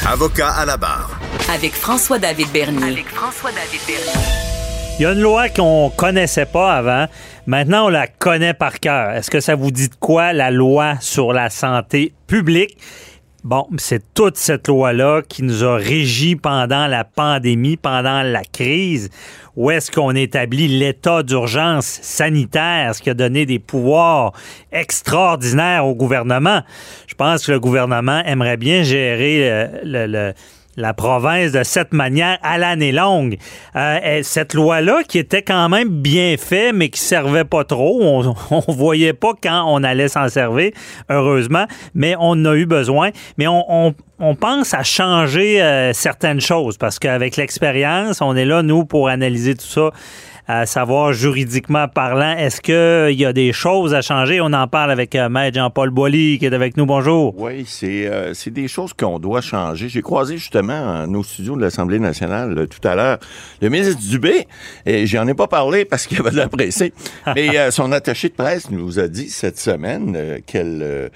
Avocat à la barre. Avec François-David Bernier. Il y a une loi qu'on connaissait pas avant. Maintenant, on la connaît par cœur. Est-ce que ça vous dit de quoi, la loi sur la santé publique? Bon, c'est toute cette loi-là qui nous a régis pendant la pandémie, pendant la crise. Où est-ce qu'on établit l'état d'urgence sanitaire, ce qui a donné des pouvoirs extraordinaires au gouvernement? Je pense que le gouvernement aimerait bien gérer la province de cette manière à l'année longue. Cette loi-là, qui était quand même bien faite, mais qui servait pas trop, on voyait pas quand on allait s'en servir, heureusement, mais on en a eu besoin. Mais on pense à changer certaines choses, parce qu'avec l'expérience, on est là, nous, pour analyser tout ça, à savoir juridiquement parlant, est-ce qu'il y a des choses à changer? On en parle avec Maître Jean-Paul Boilly qui est avec nous. Bonjour. Oui, c'est des choses qu'on doit changer. J'ai croisé justement nos studios de l'Assemblée nationale tout à l'heure le ministre Dubé, et j'en ai pas parlé parce qu'il avait de la pressée, mais son attaché de presse nous a dit cette semaine qu'elle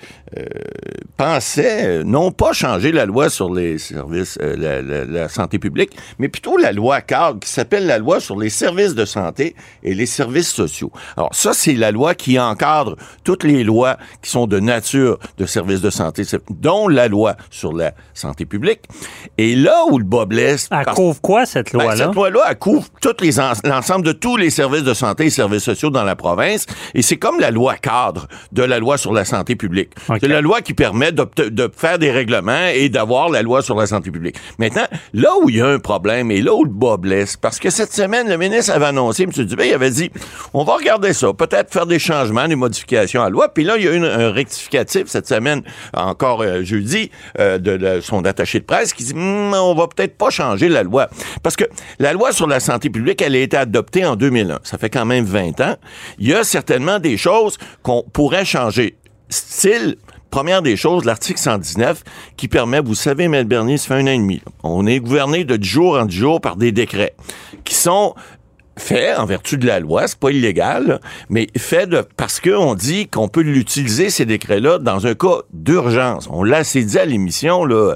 pensait non pas changer la loi sur les services, la santé publique, mais plutôt la loi cadre qui s'appelle la loi sur les services de santé et les services sociaux. Alors ça, c'est la loi qui encadre toutes les lois qui sont de nature de services de santé, dont la loi sur la santé publique. Et là où le bas blesse... Elle couvre quoi, cette loi-là? Cette loi-là, elle couvre l'ensemble de tous les services de santé et services sociaux dans la province. Et c'est comme la loi cadre de la loi sur la santé publique. Okay. C'est la loi qui permet de faire des règlements et d'avoir la loi sur la santé publique. Maintenant, là où il y a un problème et là où le bas blesse, parce que cette semaine, le ministre avait annoncé, M. Dubé, il avait dit, on va regarder ça, peut-être faire des changements, des modifications à la loi. Puis là, il y a eu un rectificatif cette semaine, encore jeudi, de son attaché de presse qui dit, on va peut-être pas changer la loi. Parce que la loi sur la santé publique, elle a été adoptée en 2001. Ça fait quand même 20 ans. Il y a certainement des choses qu'on pourrait changer. Style, première des choses, l'article 119 qui permet, vous savez, M. Bernier, ça fait 1 an et demi, là, on est gouverné de 10 jours en 10 jours par des décrets qui sont fait en vertu de la loi, c'est pas illégal, là, mais fait parce qu'on dit qu'on peut l'utiliser, ces décrets-là, dans un cas d'urgence. On l'a assez dit à l'émission, là,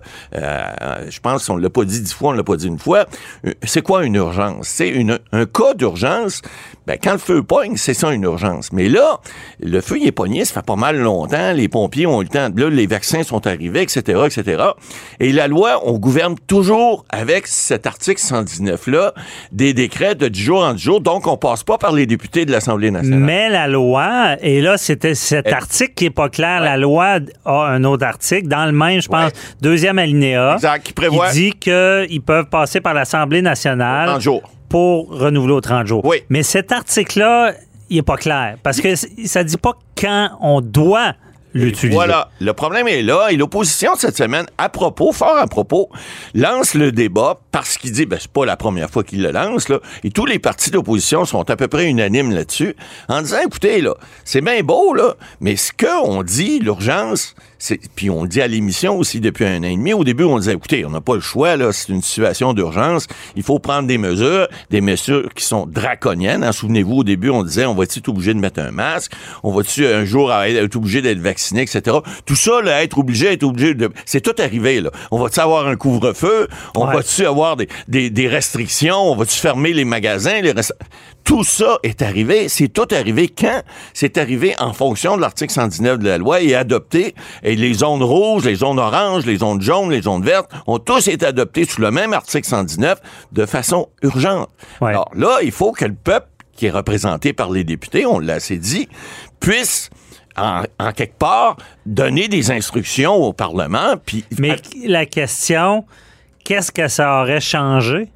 je pense qu'on l'a pas dit 10 fois, on l'a pas dit une fois. C'est quoi une urgence? C'est un cas d'urgence. Ben, quand le feu pogne, c'est ça une urgence. Mais là, le feu, il est pogné, ça fait pas mal longtemps, les pompiers ont eu le temps, là, les vaccins sont arrivés, etc., etc. Et la loi, on gouverne toujours avec cet article 119-là, des décrets de 10 jours en 10 jours, donc on passe pas par les députés de l'Assemblée nationale. Mais la loi, et là, c'était cet article qui est pas clair, la loi a un autre article, dans le même, je pense, deuxième alinéa, exact, qui prévoit, qui dit qu'ils peuvent passer par l'Assemblée nationale 30 jours. Pour renouveler aux 30 jours. Oui. Mais cet article-là, il est pas clair, parce que ça dit pas quand on doit l'utiliser. Voilà. Le problème est là. Et l'opposition, cette semaine, fort à propos, lance le débat parce qu'il dit, c'est pas la première fois qu'il le lance, là. Et tous les partis d'opposition sont à peu près unanimes là-dessus, en disant, écoutez, là, c'est bien beau, là, mais ce qu'on dit, l'urgence, puis on le dit à l'émission aussi depuis 1 an et demi. Au début, on disait, écoutez, on n'a pas le choix, là, c'est une situation d'urgence. Il faut prendre des mesures qui sont draconiennes. Souvenez-vous, au début, on disait, on va-tu être obligé de mettre un masque? On va-tu un jour être obligé d'être vacciné, etc. Tout ça, là, être obligé de... C'est tout arrivé, là. On va-tu avoir un couvre-feu? On va-tu avoir des restrictions? On va-tu fermer les magasins? Tout ça est arrivé. C'est tout arrivé quand? C'est arrivé en fonction de l'article 119 de la loi et adopté. Et les zones rouges, les zones oranges, les zones jaunes, les zones vertes ont tous été adoptés sous le même article 119 de façon urgente. Ouais. Alors là, il faut que le peuple, qui est représenté par les députés, on l'a assez dit, puisse en quelque part donner des instructions au Parlement. Mais la question, qu'est-ce que ça aurait changé?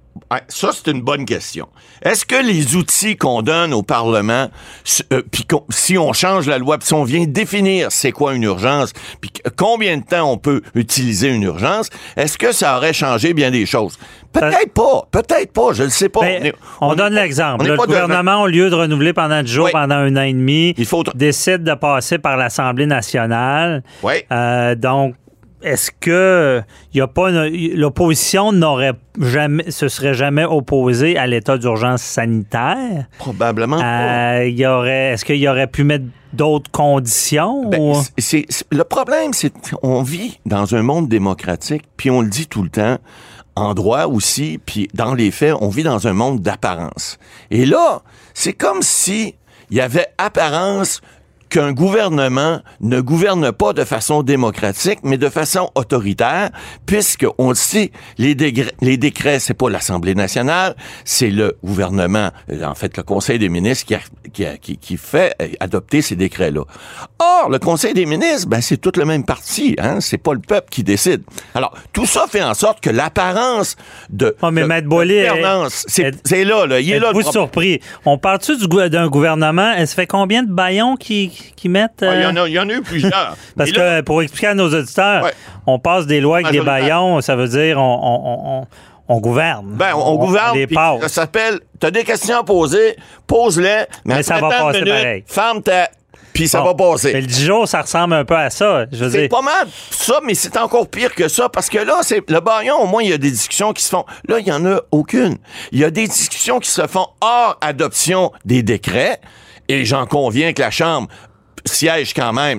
Ça, c'est une bonne question. Est-ce que les outils qu'on donne au Parlement, puis si on change la loi, puis si on vient définir c'est quoi une urgence, puis combien de temps on peut utiliser une urgence, est-ce que ça aurait changé bien des choses? Peut-être pas, je ne sais pas. On donne l'exemple. Le gouvernement, au lieu de renouveler pendant 10 jours, pendant 1 an et demi, décide de passer par l'Assemblée nationale. Oui. Donc, est-ce que l'opposition se serait jamais opposée à l'état d'urgence sanitaire? Probablement pas. Est-ce qu'il y aurait pu mettre d'autres conditions? Le problème, c'est qu'on vit dans un monde démocratique, puis on le dit tout le temps, en droit aussi, puis dans les faits, on vit dans un monde d'apparence. Et là, c'est comme si il y avait apparence qu'un gouvernement ne gouverne pas de façon démocratique, mais de façon autoritaire, puisque on le sait, les décrets, c'est pas l'Assemblée nationale, c'est le gouvernement, en fait, le Conseil des ministres qui fait adopter ces décrets-là. Or, le Conseil des ministres, c'est tout le même parti, hein, c'est pas le peuple qui décide. Alors, tout ça fait en sorte que l'apparence de Maître Boilly, gouvernance, c'est là, il est là. Êtes-vous surpris? On parle-tu d'un gouvernement? Ça fait combien de bâillons qui mettent... Il y en a eu plusieurs. Parce que, pour expliquer à nos auditeurs, on passe des lois avec des bâillons, ça veut dire on gouverne. On gouverne, les passe. Ça s'appelle, t'as des questions à poser, pose-les, mais ça va passer minutes, pareil. Ferme ta... Puis ça va passer. Mais le 10 jours, ça ressemble un peu à ça. C'est pas mal ça, mais c'est encore pire que ça, parce que là, c'est le bâillon, au moins, il y a des discussions qui se font. Là, il y en a aucune. Il y a des discussions qui se font hors adoption des décrets, et j'en conviens que la Chambre siège quand même,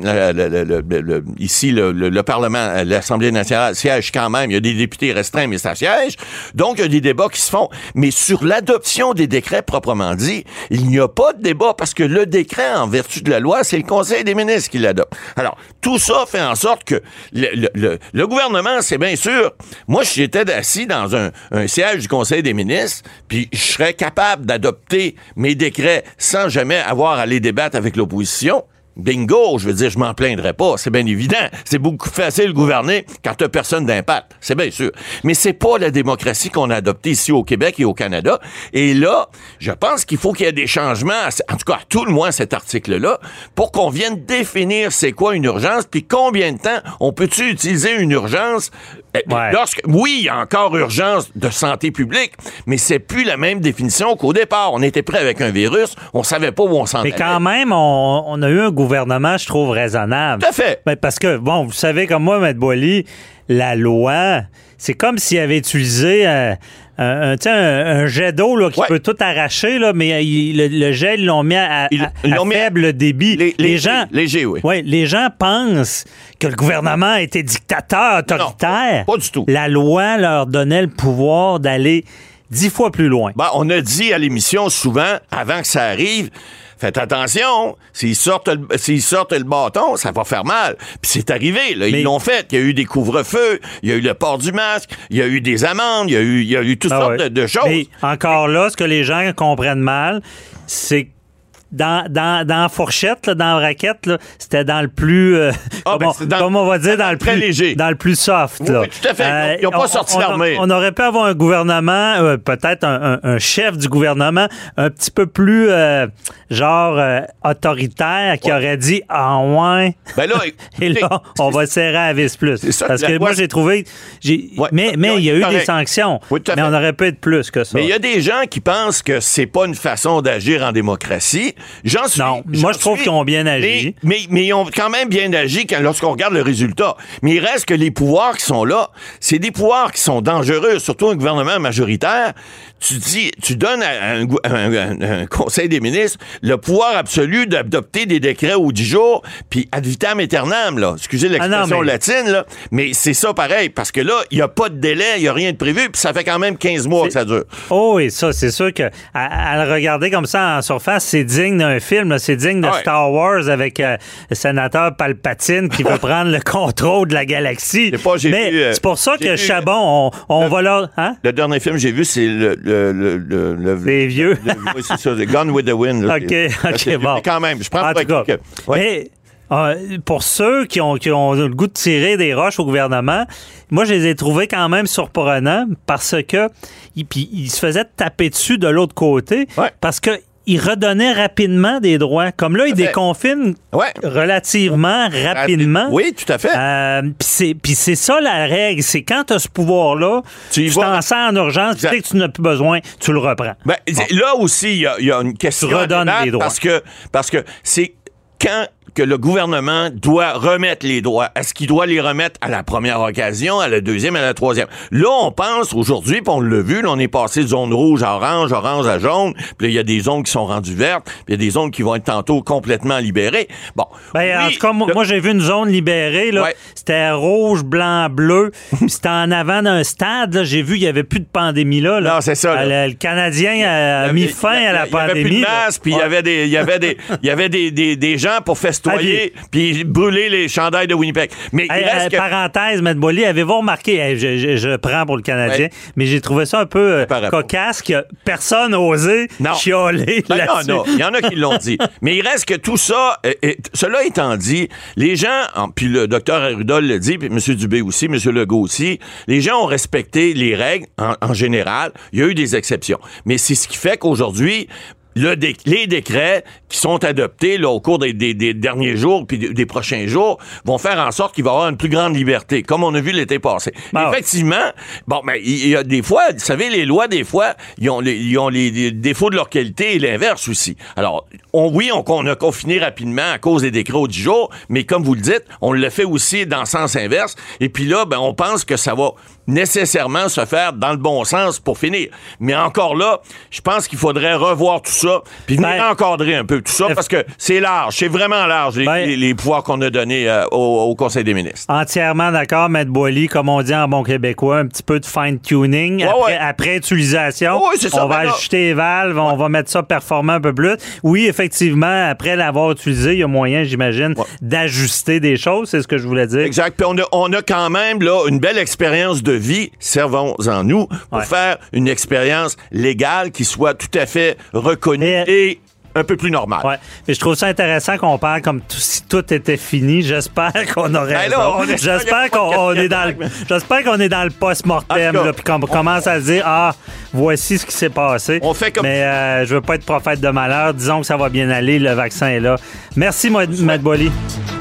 ici, le Parlement, l'Assemblée nationale siège quand même. Il y a des députés restreints, mais ça siège. Donc, il y a des débats qui se font. Mais sur l'adoption des décrets proprement dit, il n'y a pas de débat parce que le décret, en vertu de la loi, c'est le Conseil des ministres qui l'adopte. Alors, tout ça fait en sorte que le gouvernement, c'est bien sûr, moi, si j'étais assis dans un siège du Conseil des ministres, puis je serais capable d'adopter mes décrets sans jamais avoir à les débattre avec l'opposition. Bingo, je veux dire, je m'en plaindrais pas, c'est bien évident. C'est beaucoup plus facile de gouverner quand t'as personne d'impact, c'est bien sûr. Mais c'est pas la démocratie qu'on a adoptée ici au Québec et au Canada. Et là, je pense qu'il faut qu'il y ait des changements, en tout cas, à tout le moins cet article-là, pour qu'on vienne définir c'est quoi une urgence, puis combien de temps on peut-tu utiliser une urgence oui, il y a encore urgence de santé publique, mais c'est plus la même définition qu'au départ. On était prêt avec un virus, on savait pas où on s'en allait. Mais quand même, on a eu un gouvernement, je trouve, raisonnable. Tout à fait. Parce que, vous savez comme moi, Maître Boilly, la loi, c'est comme s'il avait utilisé un jet d'eau là, qui peut tout arracher, là, mais le jet, ils l'ont mis à faible débit. Les gens, léger, oui. Oui, les gens pensent que le gouvernement était dictateur, autoritaire. Non, pas du tout. La loi leur donnait le pouvoir d'aller 10 fois plus loin. On a dit à l'émission souvent, avant que ça arrive, faites attention, s'ils sortent le bâton, ça va faire mal. Puis c'est arrivé, là, ils l'ont fait. Il y a eu des couvre-feux, il y a eu le port du masque, il y a eu des amendes, il y a eu toutes sortes de choses. Mais encore là, ce que les gens comprennent mal, c'est dans la fourchette, là, dans la raquette, là, c'était dans le plus... comme on va dire, dans le plus léger. Dans le plus soft. Là. Oui, tout à fait. Ils n'ont pas sorti l'armée. On aurait pu avoir un gouvernement, peut-être un chef du gouvernement, un petit peu plus, autoritaire, qui aurait dit « Ah ouais! » Et là, on va serrer à la vis plus. Parce que moi, j'ai trouvé... Mais il y a eu des sanctions. Oui, mais on aurait pu être plus que ça. Mais il y a des gens qui pensent que c'est pas une façon d'agir en démocratie. Moi, je trouve qu'ils ont bien agi. Mais ils ont quand même bien agi lorsqu'on regarde le résultat. Mais il reste que les pouvoirs qui sont là, c'est des pouvoirs qui sont dangereux, surtout un gouvernement majoritaire. Tu donnes à un Conseil des ministres le pouvoir absolu d'adopter des décrets aux 10 jours, puis ad vitam aeternam, là. Excusez l'expression latine, là. Mais c'est ça pareil, parce que là, il n'y a pas de délai, il n'y a rien de prévu, puis ça fait quand même 15 mois que ça dure. Oh, et ça, c'est sûr que à le regarder comme ça en surface, c'est digne d'un film, là. C'est digne de Star Wars avec le sénateur Palpatine qui veut prendre le contrôle de la galaxie. Mais c'est pour ça que Chabon, on va là... Hein? Le dernier film que j'ai vu, c'est les vieux. Oui, c'est ça, The Gone with the Wind. Là, OK, bon. Mais quand même, je prends en tout cas. Mais pour ceux qui ont le goût de tirer des roches au gouvernement, moi, je les ai trouvés quand même surprenants parce que ils se faisaient taper dessus de l'autre côté parce que il redonnait rapidement des droits. Comme là, il déconfine relativement rapidement. Oui, tout à fait. Puis c'est ça la règle. C'est quand tu as ce pouvoir-là, tu t'en sers en urgence, tu sais que tu n'as plus besoin, tu le reprends. Là aussi, il y a une question. Tu redonnes des droits. Parce que c'est quand que le gouvernement doit remettre les droits. Est-ce qu'il doit les remettre à la première occasion, à la deuxième, à la troisième? Là, on pense aujourd'hui, puis on l'a vu, là, on est passé de zone rouge à orange, orange à jaune, puis là, il y a des zones qui sont rendues vertes, puis il y a des zones qui vont être tantôt complètement libérées. Bon. En tout cas, moi, j'ai vu une zone libérée, là. Ouais. C'était rouge, blanc, bleu, puis c'était en avant d'un stade, là. J'ai vu, il n'y avait plus de pandémie là. Non, c'est ça. Le Canadien a mis fin à la pandémie. Il n'y avait plus de masque, puis il y avait des gens pour festoyer, puis brûler les chandails de Winnipeg. Mais parenthèse, M. Boily, avez-vous remarqué, je prends pour le Canadien, mais j'ai trouvé ça un peu cocasse que personne n'osait chialer là-dessus. Il y en a qui l'ont dit. Mais il reste que tout ça, cela étant dit, les gens, puis le docteur Arruda le dit, puis M. Dubé aussi, M. Legault aussi, les gens ont respecté les règles en général. Il y a eu des exceptions. Mais c'est ce qui fait qu'aujourd'hui, les décrets qui sont adoptés là, au cours des derniers jours puis des prochains jours vont faire en sorte qu'il va y avoir une plus grande liberté, comme on a vu l'été passé. Effectivement, il y a des fois, vous savez, les lois, des fois, ils ont les défauts de leur qualité et l'inverse aussi. Alors, on a confiné rapidement à cause des décrets aux 10 jours, mais comme vous le dites, on le fait aussi dans le sens inverse. Et puis là, on pense que ça va nécessairement se faire dans le bon sens pour finir. Mais encore là, je pense qu'il faudrait revoir tout ça, puis venir encadrer un peu tout ça, parce que c'est large, c'est vraiment large, les pouvoirs qu'on a donnés au Conseil des ministres. Entièrement d'accord, M. Boily, comme on dit en bon québécois, un petit peu de fine-tuning après utilisation. On va ajuster les valves, on va mettre ça performant un peu plus. Oui, effectivement, après l'avoir utilisé, il y a moyen, j'imagine, d'ajuster des choses, c'est ce que je voulais dire. Exact, puis on a quand même là une belle expérience de vie, servons-en nous, pour faire une expérience légale qui soit tout à fait reconnue et un peu plus normal. Ouais. Mais je trouve ça intéressant qu'on parle comme si tout était fini. J'espère qu'on aurait raison. J'espère qu'on est dans le post-mortem, puis qu'on commence à se dire, voici ce qui s'est passé. On fait comme... Mais je veux pas être prophète de malheur. Disons que ça va bien aller. Le vaccin est là. Merci, M. Boily.